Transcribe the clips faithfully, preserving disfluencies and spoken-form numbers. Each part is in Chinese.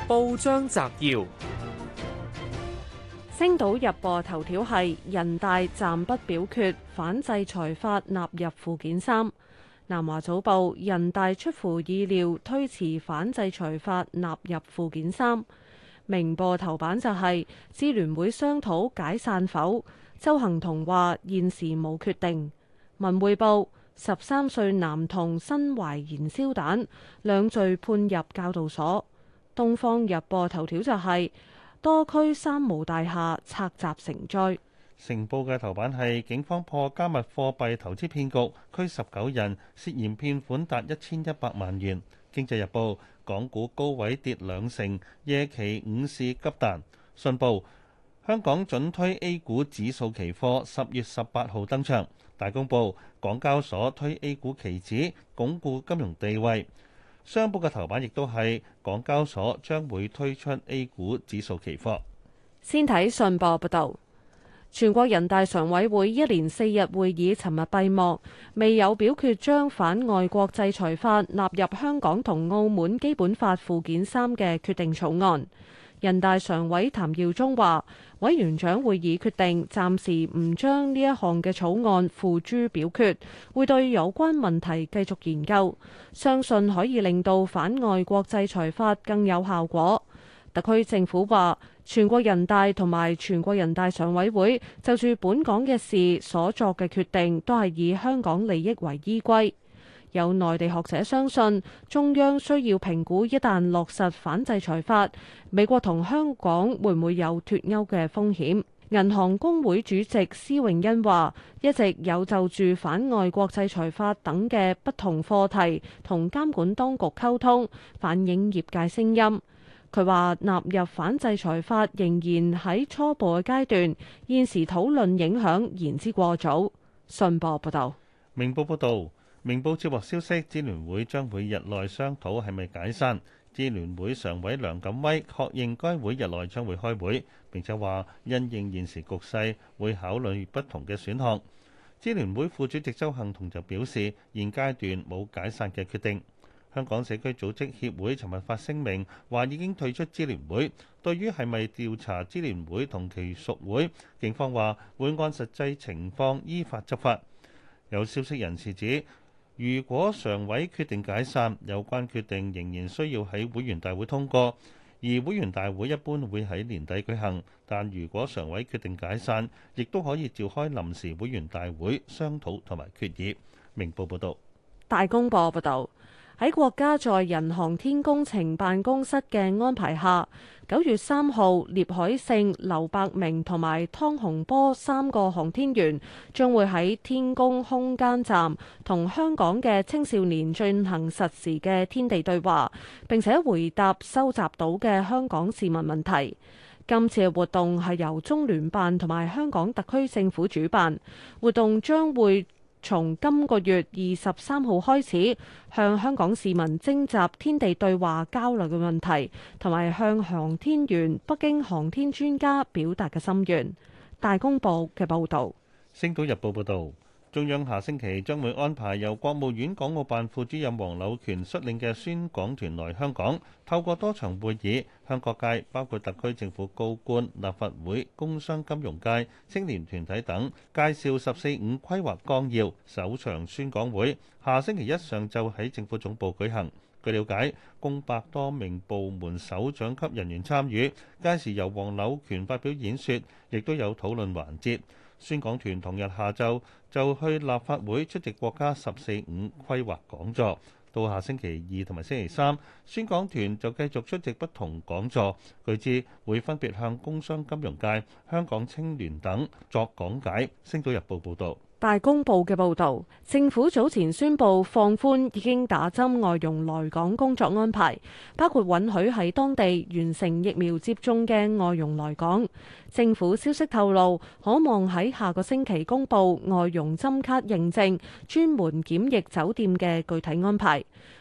報章摘要： 星島日報頭條係人大暫不表決反制裁法納入附件三。南華早報：人大出乎意料推遲反制裁法納入附件三。明報頭版就係支聯會商討解散否，鄒幸彤話現時冇決定。文匯報：十三歲男童身懷燃燒彈，兩罪判入教導所。東方日報頭條就係多區三無大廈拆閘成災。 成報嘅頭版係警方破加密貨幣投資騙局，拘十九人，涉嫌騙款達一千一百萬元。經濟日報：港股高位跌兩成，夜期午市急彈。信報：香港準推 A 股指數期貨，十月十八號登場。大公報：港交所推 A 股期指，鞏固金融地位。商報嘅頭版亦都係港交所將會推出 A 股指數期貨。 先睇信報報道，全國人大常委會一連四日會議尋日閉幕，未有表決將反外國制裁法納入香港同澳門基本法附件三嘅決定草案。人大常委譚耀宗話，委員長會議決定暫時唔將呢一項嘅草案付諸表決，會對有關問題繼續研究，相信可以令到反外國制裁法更有效果。特區政府話，全國人大同埋全國人大常委會就住本港嘅事所作嘅決定，都係以香港利益為依歸。有內地學者相信，中央需要評估一旦落實反制裁法，美國同香港會唔會有脫鈎嘅風險。銀行公會主席施永恩話，一直有就住反外國制裁法等嘅不同課題同監管當局溝通，反映業界聲音。佢話納入反制裁法仍然喺初步嘅階段，現時討論影響言之過早。信報報道。 明報報導。明報接獲消息，支聯會將會日內商討係咪解散。支聯會常委梁錦威確認該會日內將會開會，並且話因應現時局勢，會考慮不同嘅選項。支聯會副主席鄒幸彤就表示，現階段冇解散嘅決定。香港社區組織協會尋日發聲明，話已經退出支聯會。對於係咪調查支聯會同其屬會，警方話會按實際情況依法執法。有消息人士指，如果常委決定解散，有關決定仍然需要喺會員大會通過，而會員大會一般會喺年底舉行。但如果常委決定解散，亦都可以召開臨時會員大會商討同埋決議。明報報道。 大公報報道。喺國家載人航天工程辦公室嘅安排下，九月三號，聶海勝、劉伯明同埋湯洪波三個航天員將會喺天宮空間站同香港嘅青少年進行實時嘅天地對話，並且回答收集到嘅香港市民問題。今次嘅活動係由中聯辦同埋香港特區政府主辦，活動將會從今個月二十三號開始，向香港市民徵集天地對話交流嘅問題，同埋向航天員、北京航天專家表達嘅心願。大公報嘅報導。 星島日報報導。中央下星期將會安排由國務院港澳辦副主任黃柳權率領嘅宣講團來香港，透過多場會議向各界，包括特區政府高官、立法會、工商金融界、青年團體等，介紹十四五規劃綱要。首場宣講會下星期一上晝喺政府總部舉行。據了解，共百多名部門首長級人員參與，屆時由黃柳權發表演說，亦都有討論環節。宣講團同日下晝就去立法會出席國家十四五規劃講座，到下星期二同埋星期三，宣講團就繼續出席不同講座。據知會分別向工商金融界、香港青聯等作講解。星島日報報導。 大公報嘅報導，政府早前宣布放寬已經打針外傭來港工作安排，包括允許喺當地完成疫苗接種嘅外傭來港。政府消息透露，可望喺下個星期公布外傭針卡認證、專門檢疫酒店嘅具體安排。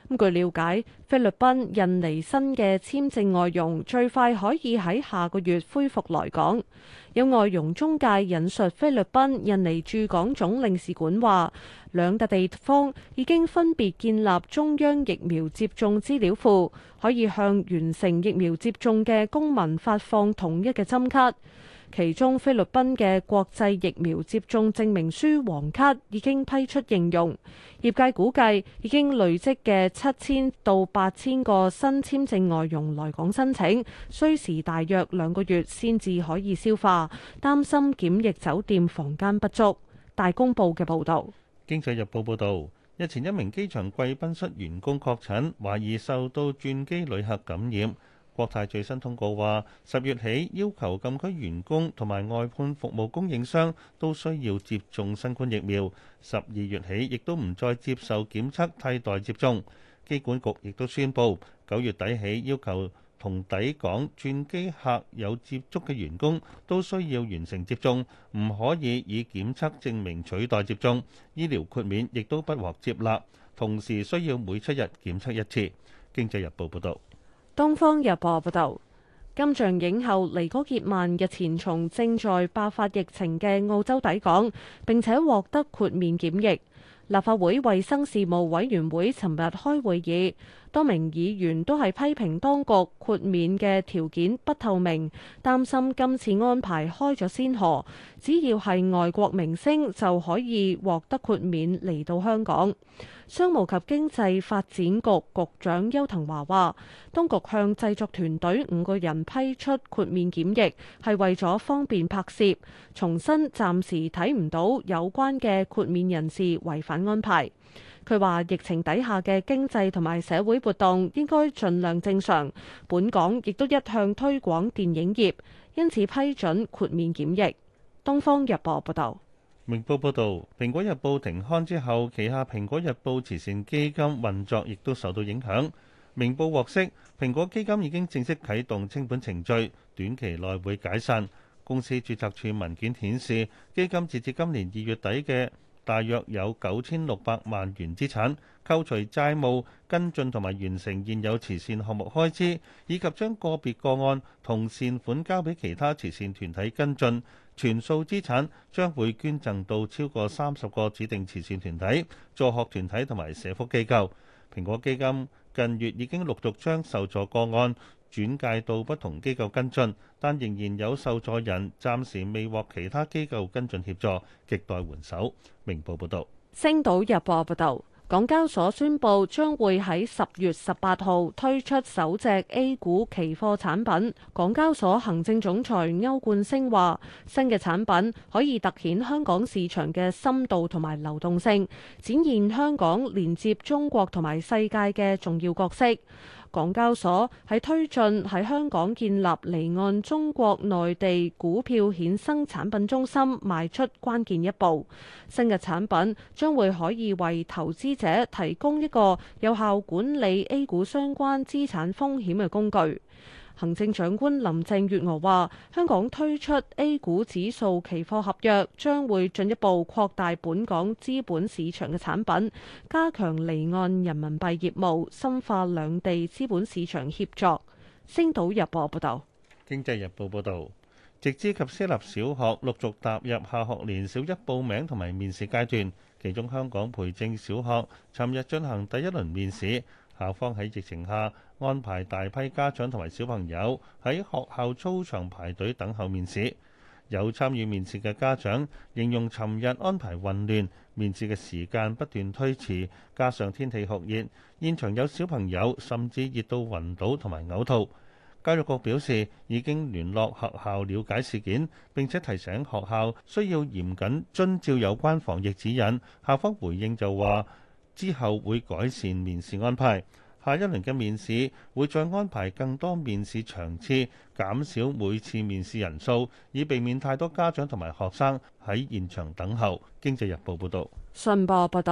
咁據了解，菲律賓、印尼新嘅簽證外傭最快可以喺下個月恢復來港。有外傭中介引述菲律賓、印尼駐港總領事館話，兩笪地方已經分別建立中央疫苗接種資料庫，可以向完成疫苗接種嘅公民發放統一嘅針卡。其中菲律賓嘅國際疫苗接種證明書黃卡已經批出應用，業界估計已經累積嘅七千到八千個新簽證外傭來港申請，需時大約兩個月先至可以消化，擔心檢疫酒店房間不足。大公報嘅報導。 經濟日報報導，日前一名機場貴賓室員工確診，懷疑受到轉機旅客感染。國泰最新通告話，十月起要求禁區員工同埋外判服務供應商都需要接種新冠疫苗。十二月起亦都唔再接受檢測替代接種。機管局亦都宣布，九月底起要求同抵港轉機客有接觸嘅員工都需要完成接種，唔可以以檢測證明取代接種。醫療豁免亦都不獲接納，同時需要每七日檢測一次。經濟日報報導。 《東方日報》報道，金像影后尼哥傑曼日前從正在爆發疫情嘅澳洲抵港，並且獲得豁免檢疫。立法會衛生事務委員會尋日開會議，多名議員都係批評當局豁免嘅條件不透明，擔心今次安排開咗先河，只要係外國明星就可以獲得豁免嚟到香港。商務及經濟發展局局長邱騰華話，當局向製作團隊五個人批出豁免檢疫，係為咗方便拍攝，重申暫時睇唔到有關嘅豁免人士違反安排。佢話疫情底下嘅經濟同埋社會活動應該盡量正常，本港亦都一向推廣電影業，因此批准豁免檢疫。《東方日報》報道。 明報報導，《蘋果日報》停刊之後，旗下《蘋果日報慈善基金》運作亦都受到影響。明報獲悉，蘋果基金已經正式啟動清盤程序，短期內會解散。公司註冊處文件顯示，基金截至今年二月底嘅大約有九千六百萬元資產，扣除債務、跟進同埋完成現有慈善項目開支，以及將個別個案同善款交俾其他慈善團體跟進。全數資產將會捐贈到超過三十個指定慈善團體、助學團體同埋社福機構。蘋果基金近月已經陸續將受助個案轉介到不同機構跟進，但仍然有受助人暫時未獲其他機構跟進協助，亟待援手。明報報道。 星島日報報道。港交所宣布將會喺十月十八號推出首隻 A 股期貨產品。港交所行政總裁歐冠昇話：新嘅產品可以突顯香港市場嘅深度同埋流動性，展現香港連接中國同埋世界嘅重要角色。港交所喺推進喺香港建立離岸中國內地股票衍生產品中心邁出關鍵一步。新嘅產品將會可以為投資者提供一個有效管理 A 股相關資產風險嘅工具。行政長官林鄭月娥話：香港推出 A 股指數期貨合約，將會進一步擴大本港資本市場嘅產品，加強離岸人民幣業務，深化兩地資本市場協作。星島日報報道。 經濟日報報導，直資及私立小學陸續踏入下學年小一報名同埋面試階段，其中香港培正小學尋日進行第一輪面試。校方喺疫情下安排大批家長同埋小朋友喺學校操場排隊等候面試。有參與面試嘅家長形容尋日安排混亂，面試嘅時間不斷推遲，加上天氣酷熱，現場有小朋友甚至熱到暈倒同埋嘔吐。教育局表示已經聯絡學校了解事件，並且提醒學校需要嚴謹遵照有關防疫指引。校方回應就話，之後會改善面試安排，下一輪嘅面試會再安排更多面試場次，減少每次面試人數，以避免太多家長同埋學生喺現場等候。經濟日報報導。 信報報導，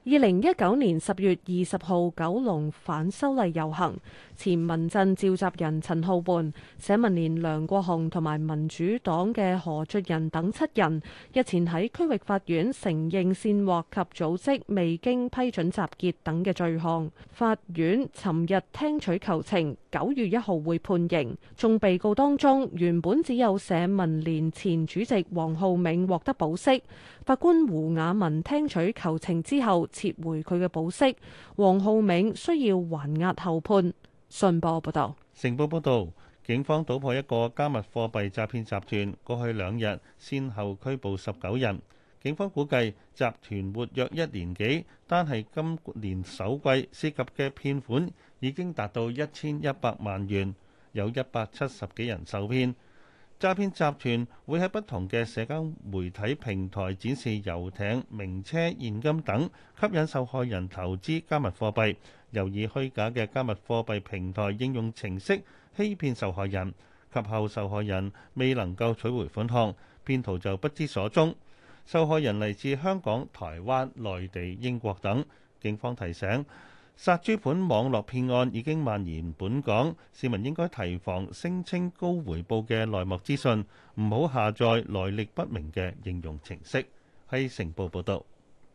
二零一九年十月二十號九龍反修例遊行，前民陣召集人陳浩桓、社民連梁國雄同埋民主黨嘅何俊仁等七人，日前喺區域法院承認煽惑及組織未經批准集結等嘅罪項。法院尋日聽取求情，九月一號會判刑。眾被告當中，原本只有社民連前主席黃浩銘獲得保釋，法官胡雅文聽取求情之後，撤回佢嘅保釋，黃浩銘需要還押候判。信報報道。 成報報導，警方搗破一個加密貨幣詐騙集團，過去兩日先後拘捕十九人。警方估計集團活躍一年幾，單係今年首季涉及嘅騙款已經達到一千一百萬元，有一百七十幾人受騙。詐騙集團會喺不同嘅社交媒體平台展示遊艇、名車、現金等，吸引受害人投資加密貨幣，又以虛假嘅加密貨幣平台應用程式欺騙受害人，及後受害人未能夠取回款項，騙徒就不知所蹤。受害人嚟自香港、台灣、內地、英國等。警方提醒，殺豬盤網絡騙案已經蔓延本港，市民應該提防聲稱高回報嘅內幕資訊，唔好下載來歷不明嘅應用程式。係成報報導。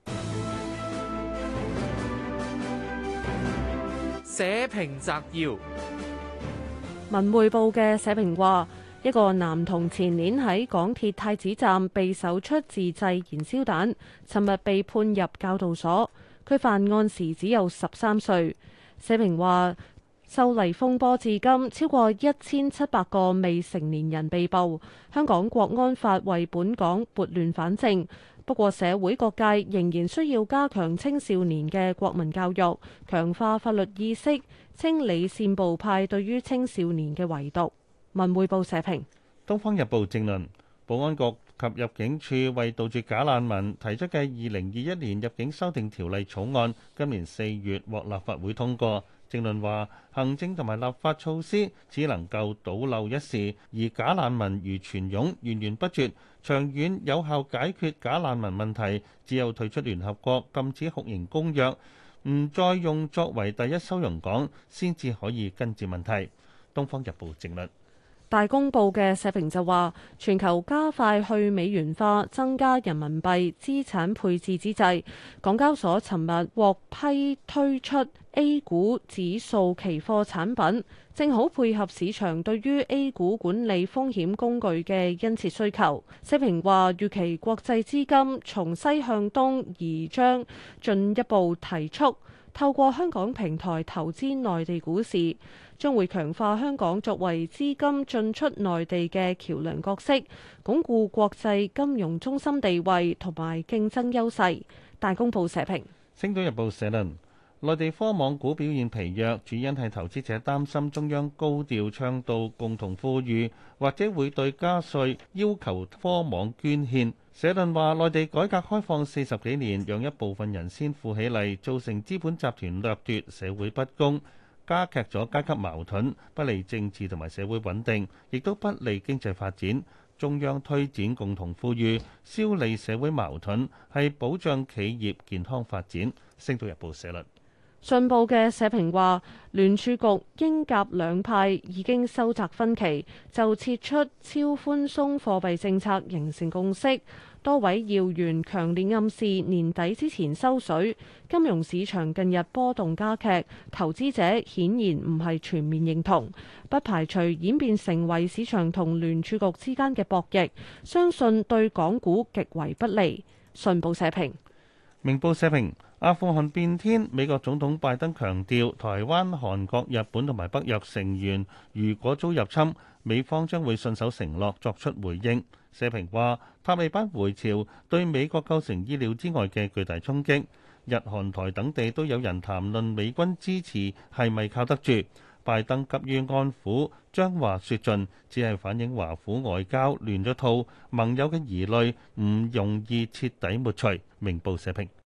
社評摘要： 文匯報嘅社評話，一個男童前年喺港鐵太子站被搜出自製燃燒彈，尋日被判入教導所。佢犯案時只有十三歲。社評話，修例風波至今超過一千七百個未成年人被捕，香港國安法為本港撥亂反正。不過社會各界仍然需要加強青少年嘅國民教育，強化法律意識，清理煽暴派對於青少年嘅圍堵。文匯報社評。《 東方日報》正論：保安局及入境處為杜絕假難民提出嘅二零二一年入境修訂條例草案，今年四月獲立法會通過。正論話，行政同埋立法措施只能夠堵漏一時，而假難民如泉湧，源源不絕。長遠有效解決假難民問題，只有退出聯合國禁止酷刑公約，唔再用作為第一收容港，先至可以根治問題。《東方日報》正論。 大公報嘅社評就話，全球加快去美元化、增加人民幣資產配置之際，港交所尋日獲批推出 A 股指數期貨產品，正好配合市場對於 A 股管理風險工具嘅殷切需求。社評話，預期國際資金從西向東移將進一步提速，透過香港平台投資內地股市，將會強化香港作為資金進出內地嘅橋梁角色，鞏固國際金融中心地位同埋競爭優勢。大公報社評。《 星島日報》社論：內地科網股表現疲弱，主因係投資者擔心中央高調倡導共同富裕，或者會對加稅要求科網捐獻。社論話，內地改革開放四十幾年，讓一部分人先富起嚟，造成資本集團掠奪、社會不公，加劇咗階級矛盾，不利政治同埋社會穩定，亦都不利經濟發展。中央推展共同富裕，消弭社會矛盾，係保障企業健康發展。星島日報社論。 信報嘅社評話，聯儲局英鴿兩派已經收窄分歧，就撤出超寬鬆貨幣政策形成共識。多位要員強烈暗示年底之前收水，金融市場近日波動加劇，投資者顯然唔係全面認同，不排除演變成為市場同聯儲局之間嘅博弈，相信對港股極為不利。信報社評。 明報社評。阿富汗變天，美國總統拜登強調，台灣、韓國、日本同埋北約成員如果遭入侵，美方將會信守承諾作出回應。社評話，塔利班回朝對美國構成意料之外嘅巨大衝擊，日韓台等地都有人談論美軍支持係咪靠得住。拜登急於安撫，將話說盡，只係反映華府外交亂咗套，盟友嘅疑慮唔容易徹底抹除。明報社評。